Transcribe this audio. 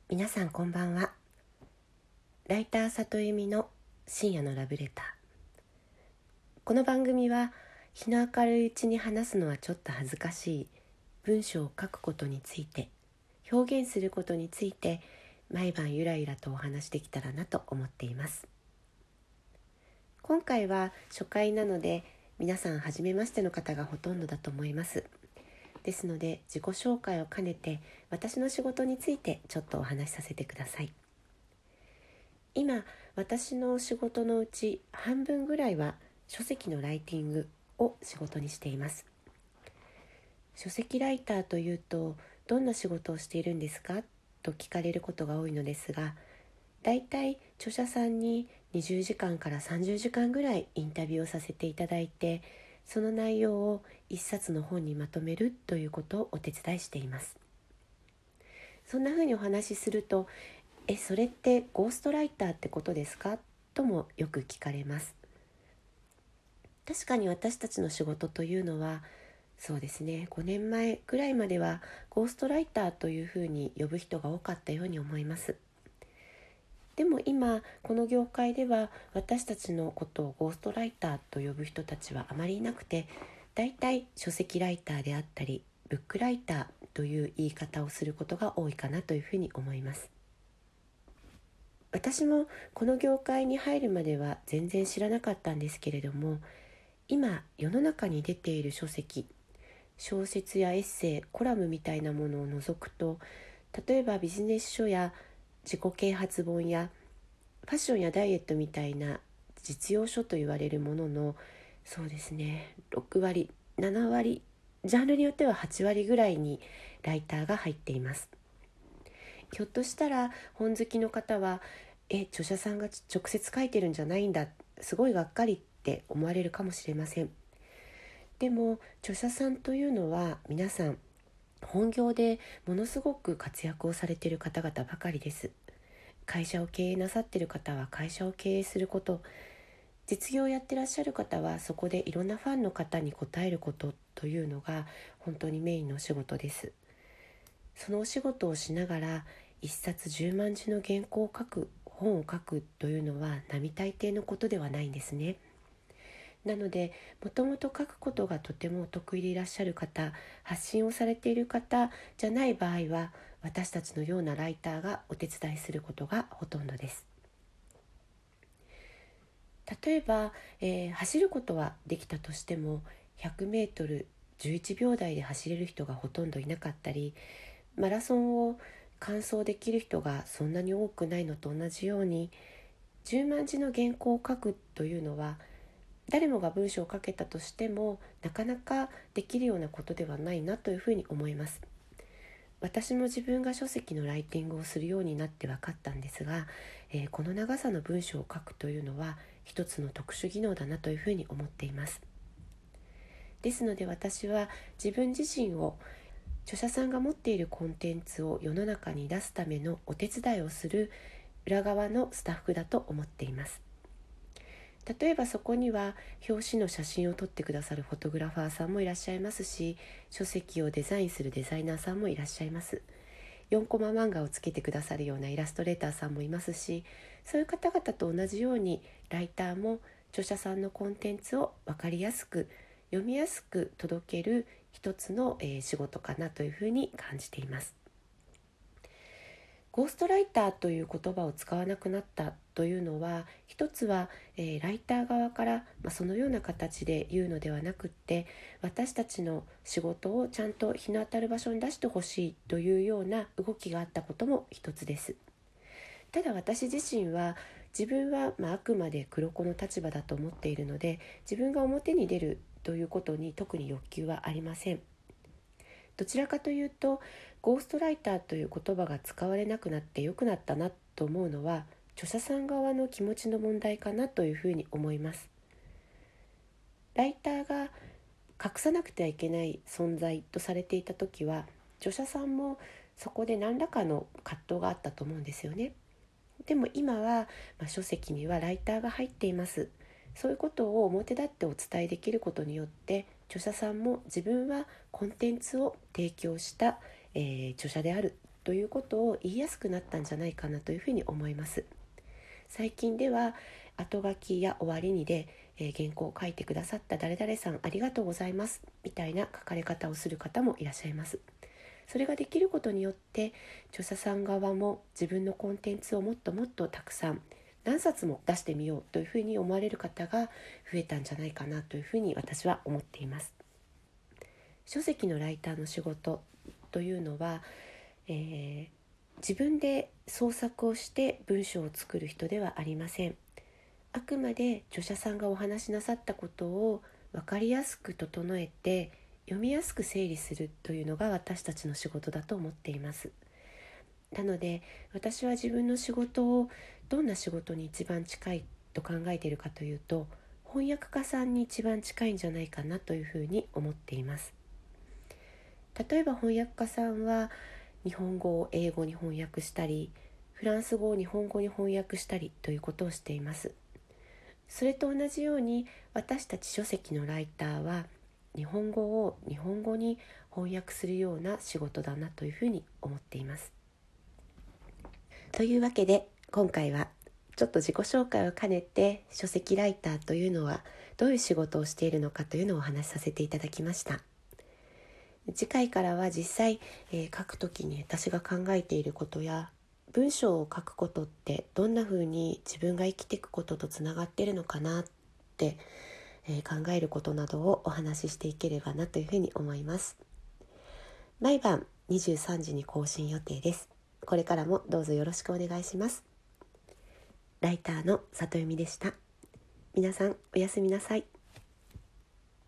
皆さんこんばんは。ライター里由美の深夜のラブレター。この番組は日の明るいうちに話すのはちょっと恥ずかしい文章を書くことについて、表現することについて毎晩ゆらゆらとお話できたらなと思っています。今回は初回なので皆さん初めましての方がほとんどだと思います。ですので自己紹介を兼ねて私の仕事についてちょっとお話しさせてください。今私の仕事のうち半分ぐらいは書籍のライティングを仕事にしています。書籍ライターというとどんな仕事をしているんですかと聞かれることが多いのですが、だいたい著者さんに20時間から30時間ぐらいインタビューをさせていただいて、その内容を一冊の本にまとめるということをお手伝いしています。そんなふうにお話しすると、それってゴーストライターってことですかともよく聞かれます。確かに私たちの仕事というのは、そうですね、5年前くらいまではゴーストライターというふうに呼ぶ人が多かったように思います。でも今この業界では私たちのことをゴーストライターと呼ぶ人たちはあまりいなくて、だいたい書籍ライターであったりブックライターという言い方をすることが多いかなというふうに思います。私もこの業界に入るまでは全然知らなかったんですけれども、今世の中に出ている書籍、小説やエッセイ、コラムみたいなものを除くと、例えばビジネス書や自己啓発本やファッションやダイエットみたいな実用書と言われるものの、そうですね、6割、7割、ジャンルによっては8割ぐらいにライターが入っています。ひょっとしたら本好きの方は、著者さんが直接書いてるんじゃないんだ、すごいがっかりって思われるかもしれません。でも著者さんというのは皆さん本業でものすごく活躍をされている方々ばかりです。会社を経営なさっている方は会社を経営すること、実業をやってらっしゃる方はそこでいろんなファンの方に応えることというのが本当にメインのお仕事です。そのお仕事をしながら一冊10万字の原稿を書く、本を書くというのは並大抵のことではないんですね。なのでもともと書くことがとてもお得意でいらっしゃる方、発信をされている方じゃない場合は、私たちのようなライターがお手伝いすることがほとんどです。例えば、走ることはできたとしても100メートル11秒台で走れる人がほとんどいなかったり、マラソンを完走できる人がそんなに多くないのと同じように、10万字の原稿を書くというのは誰もが文章を書けたとしてもなかなかできるようなことではないなというふうに思います。私も自分が書籍のライティングをするようになって分かったんですが、この長さの文章を書くというのは一つの特殊技能だなというふうに思っています。ですので私は自分自身を著者さんが持っているコンテンツを世の中に出すためのお手伝いをする裏側のスタッフだと思っています。例えばそこには表紙の写真を撮ってくださるフォトグラファーさんもいらっしゃいますし、書籍をデザインするデザイナーさんもいらっしゃいます。4コマ漫画をつけてくださるようなイラストレーターさんもいますし、そういう方々と同じようにライターも著者さんのコンテンツを分かりやすく読みやすく届ける一つの、仕事かなというふうに感じています。ゴーストライターという言葉を使わなくなったというのは、一つは、ライター側から、そのような形で言うのではなくって、私たちの仕事をちゃんと日の当たる場所に出してほしいというような動きがあったことも一つです。ただ私自身は自分は、あくまで黒子の立場だと思っているので、自分が表に出るということに特に欲求はありません。どちらかというとゴーストライターという言葉が使われなくなって良くなったなと思うのは、著者さん側の気持ちの問題かなというふうに思います。ライターが隠さなくてはいけない存在とされていた時は、著者さんもそこで何らかの葛藤があったと思うんですよね。でも今は、書籍にはライターが入っています。そういうことを表立ってお伝えできることによって、著者さんも自分はコンテンツを提供した、 著者であるということを言いやすくなったんじゃないかなというふうに思います。最近では後書きや終わりにで、原稿を書いてくださった誰々さんありがとうございますみたいな書かれ方をする方もいらっしゃいます。それができることによって著者さん側も自分のコンテンツをもっともっとたくさん何冊も出してみようというふうに思われる方が増えたんじゃないかなというふうに私は思っています。書籍のライターの仕事というのは、自分で創作をして文章を作る人ではありません。あくまで著者さんがお話しなさったことを分かりやすく整えて読みやすく整理するというのが私たちの仕事だと思っています。なので私は自分の仕事をどんな仕事に一番近いと考えているかというと、翻訳家さんに一番近いんじゃないかなというふうに思っています。例えば翻訳家さんは日本語を英語に翻訳したり、フランス語を日本語に翻訳したりということをしています。それと同じように私たち書籍のライターは日本語を日本語に翻訳するような仕事だなというふうに思っています。というわけで今回はちょっと自己紹介を兼ねて書籍ライターというのはどういう仕事をしているのかというのをお話しさせていただきました。次回からは実際、書くときに私が考えていることや文章を書くことってどんな風に自分が生きていくこととつながっているのかなって、考えることなどをお話ししていければなというふうに思います。毎晩23時に更新予定です。これからもどうぞよろしくお願いします。ライターの里由美でした。皆さんおやすみなさい。